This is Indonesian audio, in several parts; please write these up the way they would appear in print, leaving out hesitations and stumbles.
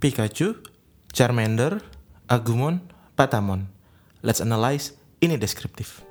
Pikachu, Charmander, Agumon, Patamon. Let's analyze, ini deskriptif.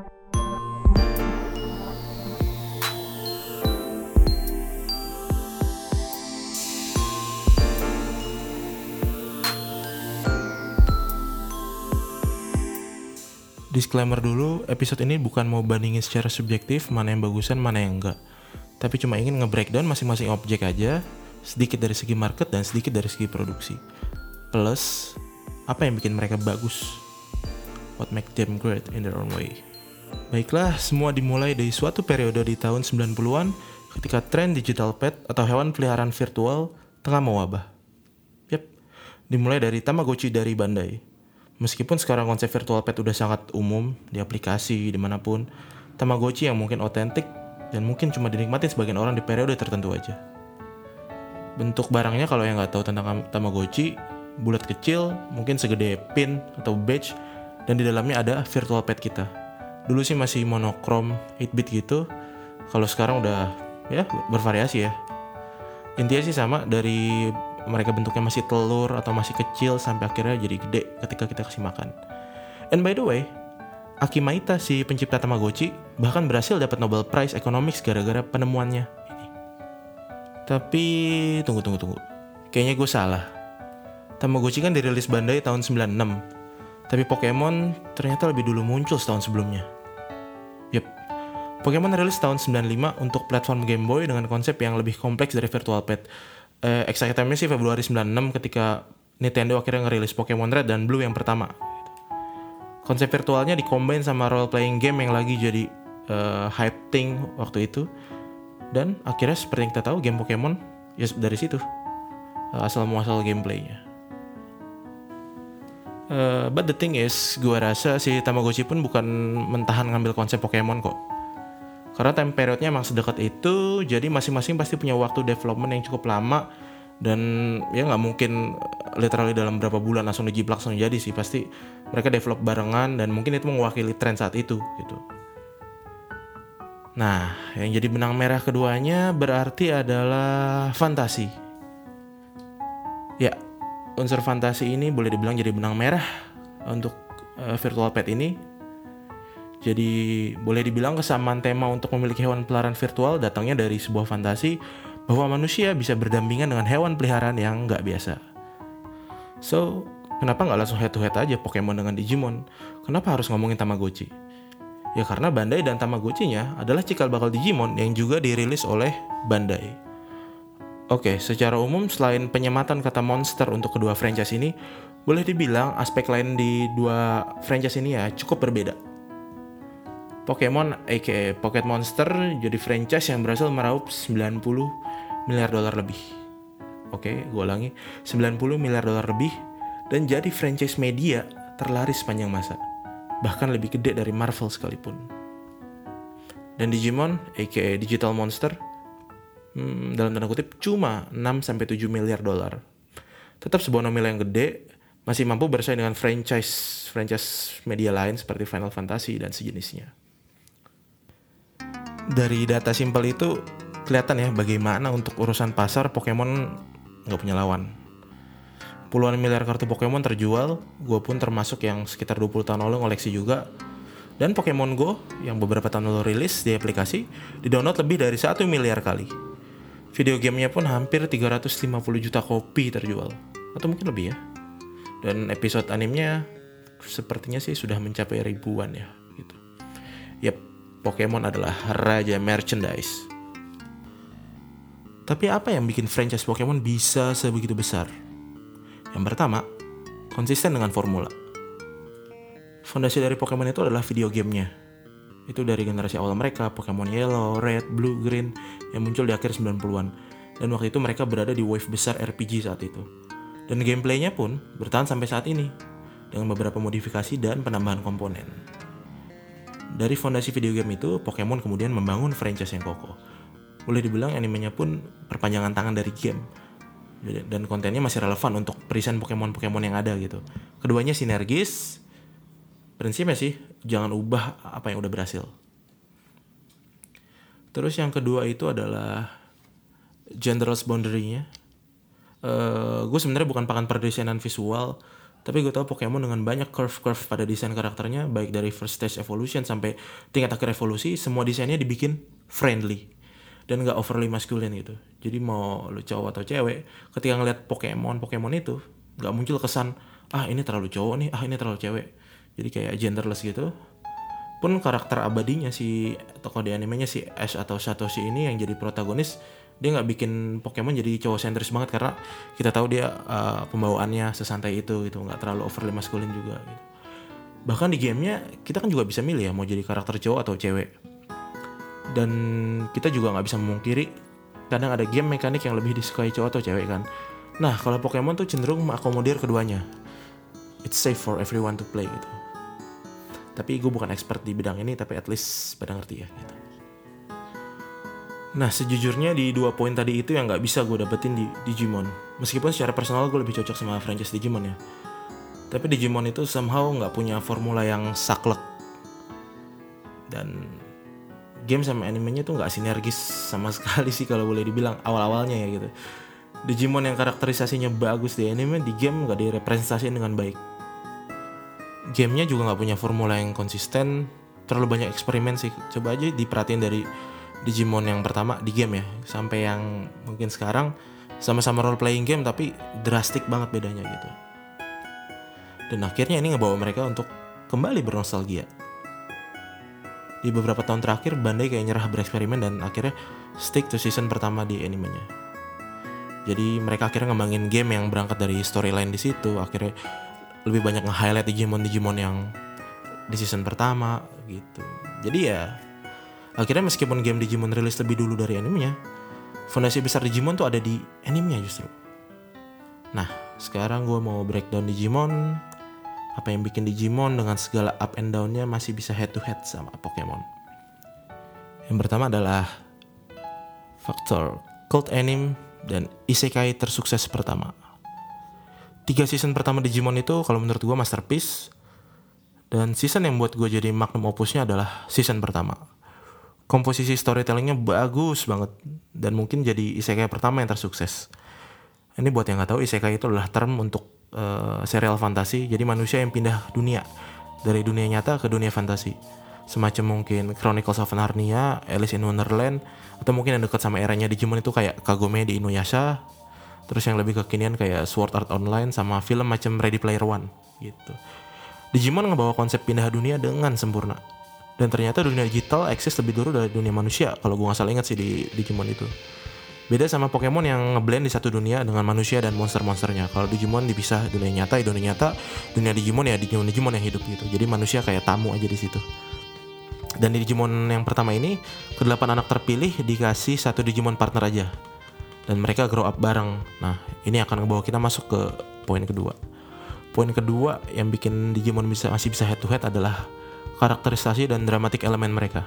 Disclaimer dulu, episode ini bukan mau bandingin secara subjektif mana yang bagusan, mana yang enggak. Tapi cuma ingin nge-breakdown masing-masing objek aja, sedikit dari segi market dan sedikit dari segi produksi. Plus, apa yang bikin mereka bagus? What make them great in their own way? Baiklah, semua dimulai dari suatu periode di tahun 90-an ketika tren digital pet atau hewan peliharaan virtual tengah mewabah. Yap, dimulai dari Tamagotchi dari Bandai. Meskipun sekarang konsep virtual pet udah sangat umum di aplikasi dimanapun, Tamagotchi yang mungkin otentik dan mungkin cuma dinikmatin sebagian orang di periode tertentu aja. Bentuk barangnya kalau yang nggak tahu tentang Tamagotchi, bulat kecil, mungkin segede pin atau badge, dan di dalamnya ada virtual pet kita. Dulu sih masih monokrom 8-bit gitu, kalau sekarang udah ya bervariasi ya. Intinya sih sama, dari mereka bentuknya masih telur atau masih kecil sampai akhirnya jadi gede ketika kita kasih makan. And by the way, Aki Maita si pencipta Tamagotchi bahkan berhasil dapat Nobel Prize Economics gara-gara penemuannya ini. Tapi tunggu. Kayaknya gue salah. Tamagotchi kan dirilis Bandai tahun 96. Tapi Pokemon ternyata lebih dulu muncul setahun sebelumnya. Yep. Pokemon rilis tahun 95 untuk platform Game Boy dengan konsep yang lebih kompleks dari Virtual Pet. Exact time-nya sih Februari 96 ketika Nintendo akhirnya ngerilis Pokemon Red dan Blue yang pertama. Konsep virtualnya dicombine sama role playing game yang lagi jadi hype thing waktu itu. Dan akhirnya seperti yang kita tahu, game Pokemon ya dari situ asal muasal gameplaynya. But the thing is, gue rasa si Tamagotchi pun bukan mentahan ngambil konsep Pokemon kok. Karena time periodnya emang sedekat itu, jadi masing-masing pasti punya waktu development yang cukup lama. Dan ya gak mungkin literally dalam berapa bulan langsung dijiplak langsung jadi sih. Pasti mereka develop barengan dan mungkin itu mewakili tren saat itu gitu. Nah, yang jadi benang merah keduanya berarti adalah fantasi. Ya, unsur fantasi ini boleh dibilang jadi benang merah untuk virtual pet ini. Jadi boleh dibilang kesamaan tema untuk memiliki hewan peliharaan virtual datangnya dari sebuah fantasi bahwa manusia bisa berdampingan dengan hewan peliharaan yang nggak biasa. So, kenapa nggak langsung head to head aja Pokemon dengan Digimon? Kenapa harus ngomongin Tamagotchi? Ya karena Bandai dan Tamagotchi-nya adalah cikal bakal Digimon yang juga dirilis oleh Bandai. Oke, secara umum selain penyematan kata monster untuk kedua franchise ini, boleh dibilang aspek lain di dua franchise ini ya cukup berbeda. Pokemon aka Pocket Monster jadi franchise yang berhasil meraup 90 miliar dolar lebih. Oke, gue ulangi, 90 miliar dolar lebih dan jadi franchise media terlaris sepanjang masa. Bahkan lebih gede dari Marvel sekalipun. Dan Digimon aka Digital Monster dalam tanda kutip cuma 6-7 miliar dolar. Tetap sebuah nominal yang gede, masih mampu bersaing dengan franchise media lain seperti Final Fantasy dan sejenisnya. Dari data simpel itu kelihatan ya bagaimana untuk urusan pasar Pokemon gak punya lawan. Puluhan miliar kartu Pokemon terjual, gue pun termasuk yang sekitar 20 tahun lalu ngoleksi juga. Dan Pokemon Go yang beberapa tahun lalu rilis di aplikasi di-download lebih dari 1 miliar kali. Video gamenya pun hampir 350 juta kopi terjual, atau mungkin lebih ya. Dan episode animenya sepertinya sih sudah mencapai ribuan ya gitu. Yap, Pokemon adalah raja merchandise. Tapi apa yang bikin franchise Pokemon bisa sebegitu besar? Yang pertama, konsisten dengan formula. Fondasi dari Pokemon itu adalah video gamenya. Itu dari generasi awal mereka, Pokemon Yellow, Red, Blue, Green, yang muncul di akhir 90-an. Dan waktu itu mereka berada di wave besar RPG saat itu. Dan gameplaynya pun bertahan sampai saat ini, dengan beberapa modifikasi dan penambahan komponen. Dari fondasi video game itu, Pokemon kemudian membangun franchise yang kokoh. Boleh dibilang animenya pun perpanjangan tangan dari game. Dan kontennya masih relevan untuk perisan Pokemon yang ada gitu. Keduanya sinergis. Prinsipnya sih jangan ubah apa yang udah berhasil. Terus yang kedua itu adalah genderless boundary-nya. Gue sebenarnya bukan pakar perdesainan visual, tapi gue tahu Pokemon dengan banyak curve pada desain karakternya, baik dari first stage evolution sampai tingkat akhir evolusi, semua desainnya dibikin friendly dan gak overly masculine gitu. Jadi mau lu cowok atau cewek, ketika ngeliat Pokemon itu gak muncul kesan ini terlalu cowok nih, ini terlalu cewek. Jadi kayak genderless gitu. Pun karakter abadinya si tokoh di animenya si Ash atau Satoshi ini yang jadi protagonis, dia nggak bikin Pokemon jadi cowok sentris banget, karena kita tahu dia pembawaannya sesantai itu gitu, nggak terlalu overly masculine juga gitu. Bahkan di gamenya kita kan juga bisa milih ya mau jadi karakter cowok atau cewek, dan kita juga nggak bisa memungkiri kadang ada game mekanik yang lebih disukai cowok atau cewek kan. Nah kalau Pokemon tuh cenderung mengakomodir keduanya, it's safe for everyone to play gitu. Tapi gue bukan expert di bidang ini, tapi at least pada ngerti ya gitu. Nah sejujurnya di 2 poin tadi itu yang gak bisa gue dapetin di Digimon. Meskipun secara personal gue lebih cocok sama franchise Digimon ya, tapi Digimon itu somehow gak punya formula yang saklek, dan game sama animenya tuh gak sinergis sama sekali sih kalau boleh dibilang awal-awalnya ya gitu. Digimon yang karakterisasinya bagus di anime, di game gak direpresentasikan dengan baik. Gamenya juga gak punya formula yang konsisten, terlalu banyak eksperimen sih. Coba aja diperhatiin dari Digimon yang pertama di game ya, sampai yang mungkin sekarang sama-sama role playing game tapi drastik banget bedanya gitu. Dan akhirnya ini ngebawa mereka untuk kembali bernostalgia. Di beberapa tahun terakhir Bandai kayak nyerah bereksperimen dan akhirnya stick to season pertama di animenya. Jadi mereka akhirnya ngembangin game yang berangkat dari storyline di situ, akhirnya lebih banyak nge-highlight Digimon yang di season pertama gitu. Jadi ya akhirnya meskipun game Digimon rilis lebih dulu dari animenya, fondasi besar Digimon tuh ada di animenya justru. Nah sekarang gue mau breakdown Digimon, apa yang bikin Digimon dengan segala up and down-nya masih bisa head to head sama Pokemon. Yang pertama adalah faktor cult anime dan isekai tersukses pertama. 3 season pertama Digimon itu kalau menurut gue masterpiece, dan season yang buat gue jadi magnum opusnya adalah season pertama. Komposisi storytellingnya bagus banget, dan mungkin jadi isekai pertama yang tersukses. Ini buat yang gak tahu, isekai itu adalah term untuk serial fantasi. Jadi manusia yang pindah dunia dari dunia nyata ke dunia fantasi, semacam mungkin Chronicles of Narnia, Alice in Wonderland, atau mungkin yang dekat sama eranya Digimon itu kayak Kagome di Inuyasha. Terus yang lebih kekinian kayak Sword Art Online sama film macam Ready Player One gitu. Digimon ngebawa konsep pindah dunia dengan sempurna. Dan ternyata dunia digital eksis lebih dulu dari dunia manusia, kalau gue gak salah ingat sih di Digimon itu. Beda sama Pokemon yang ngeblend di satu dunia dengan manusia dan monster-monsternya. Kalau Digimon dipisah dunia nyata, dunia Digimon ya Digimon yang hidup gitu. Jadi manusia kayak tamu aja di situ. Dan di Digimon yang pertama ini, ke-8 anak terpilih dikasih satu Digimon partner aja, dan mereka grow up bareng. Nah ini akan ngebawa kita masuk ke poin kedua. Poin kedua yang bikin Digimon masih bisa head to head adalah karakterisasi dan dramatic elemen mereka.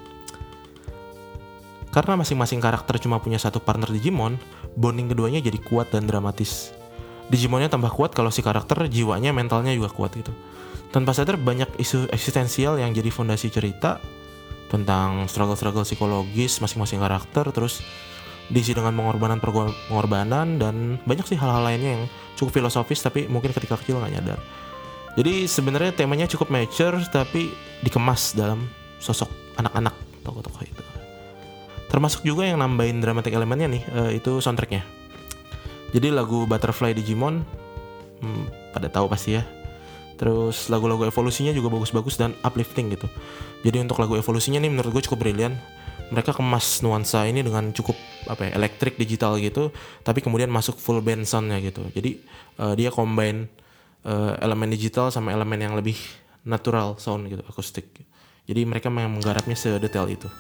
Karena masing-masing karakter cuma punya satu partner Digimon, bonding keduanya jadi kuat dan dramatis. Digimonnya tambah kuat kalau si karakter jiwanya, mentalnya juga kuat gitu. Tanpa sadar banyak isu eksistensial yang jadi fondasi cerita, tentang struggle-struggle psikologis masing-masing karakter, terus diisi dengan pengorbanan dan banyak sih hal-hal lainnya yang cukup filosofis tapi mungkin ketika kecil gak nyadar. Jadi sebenarnya temanya cukup mature tapi dikemas dalam sosok anak-anak tokoh-tokoh itu. Termasuk juga yang nambahin dramatic elemennya nih, itu soundtracknya. Jadi lagu Butterfly Digimon, pada tahu pasti ya. Terus lagu-lagu evolusinya juga bagus-bagus dan uplifting gitu. Jadi untuk lagu evolusinya nih menurut gue cukup brilian. Mereka kemas nuansa ini dengan cukup elektrik digital gitu, tapi kemudian masuk full band soundnya gitu. Jadi dia combine elemen digital sama elemen yang lebih natural sound gitu, akustik. Jadi mereka memang menggarapnya sedetail itu.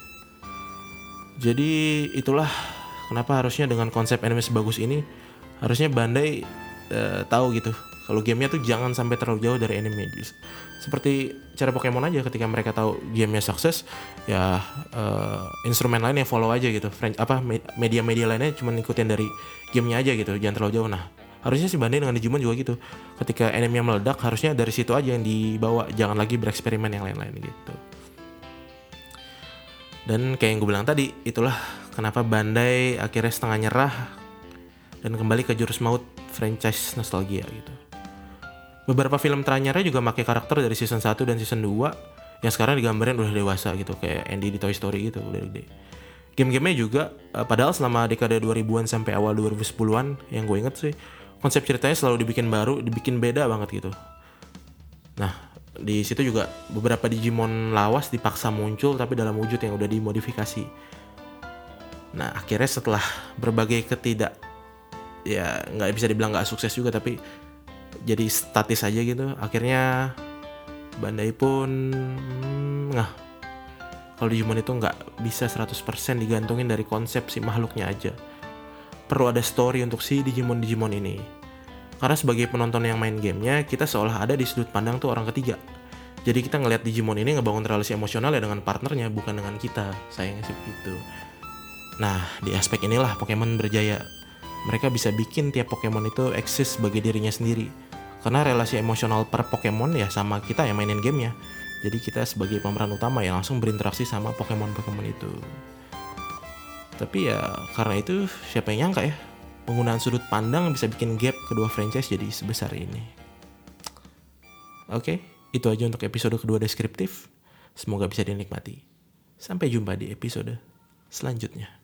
Jadi itulah kenapa harusnya dengan konsep anime sebagus ini, harusnya Bandai tahu gitu kalau gamenya tuh jangan sampai terlalu jauh dari anime. Seperti cara Pokemon aja, ketika mereka tahu gamenya sukses, ya instrumen lain yang follow aja gitu. Media-media lainnya cuma ngikutin dari gamenya aja gitu, jangan terlalu jauh. Nah harusnya si Bandai dengan Digimon juga gitu. Ketika anime meledak, harusnya dari situ aja yang dibawa, jangan lagi bereksperimen yang lain-lain gitu. Dan kayak yang gue bilang tadi, itulah kenapa Bandai akhirnya setengah nyerah dan kembali ke jurus maut franchise nostalgia gitu. Beberapa film teranyarnya juga pakai karakter dari season 1 dan season 2 yang sekarang digambarin udah dewasa gitu, kayak Andy di Toy Story gitu, udah gede. Game-gamenya juga padahal selama dekade 2000-an sampai awal 2010-an yang gue inget sih, konsep ceritanya selalu dibikin baru, dibikin beda banget gitu. Nah, di situ juga beberapa Digimon lawas dipaksa muncul tapi dalam wujud yang udah dimodifikasi. Nah, akhirnya setelah berbagai ya nggak bisa dibilang nggak sukses juga, tapi jadi statis aja gitu, akhirnya Bandai pun kalau Digimon itu nggak bisa 100% digantungin dari konsep si makhluknya aja. Perlu ada story untuk si Digimon ini. Karena sebagai penonton yang main gamenya, kita seolah ada di sudut pandang tuh orang ketiga. Jadi kita ngelihat Digimon ini ngebangun relasi emosional ya dengan partnernya, bukan dengan kita. Sayangnya sih begitu. Nah, di aspek inilah Pokemon berjaya. Mereka bisa bikin tiap Pokemon itu eksis sebagai dirinya sendiri. Karena relasi emosional per Pokemon ya sama kita yang mainin gamenya. Jadi kita sebagai pemeran utama ya langsung berinteraksi sama Pokemon itu. Tapi ya karena itu siapa yang nyangka ya, penggunaan sudut pandang bisa bikin gap kedua franchise jadi sebesar ini. Oke, itu aja untuk episode kedua deskriptif. Semoga bisa dinikmati. Sampai jumpa di episode selanjutnya.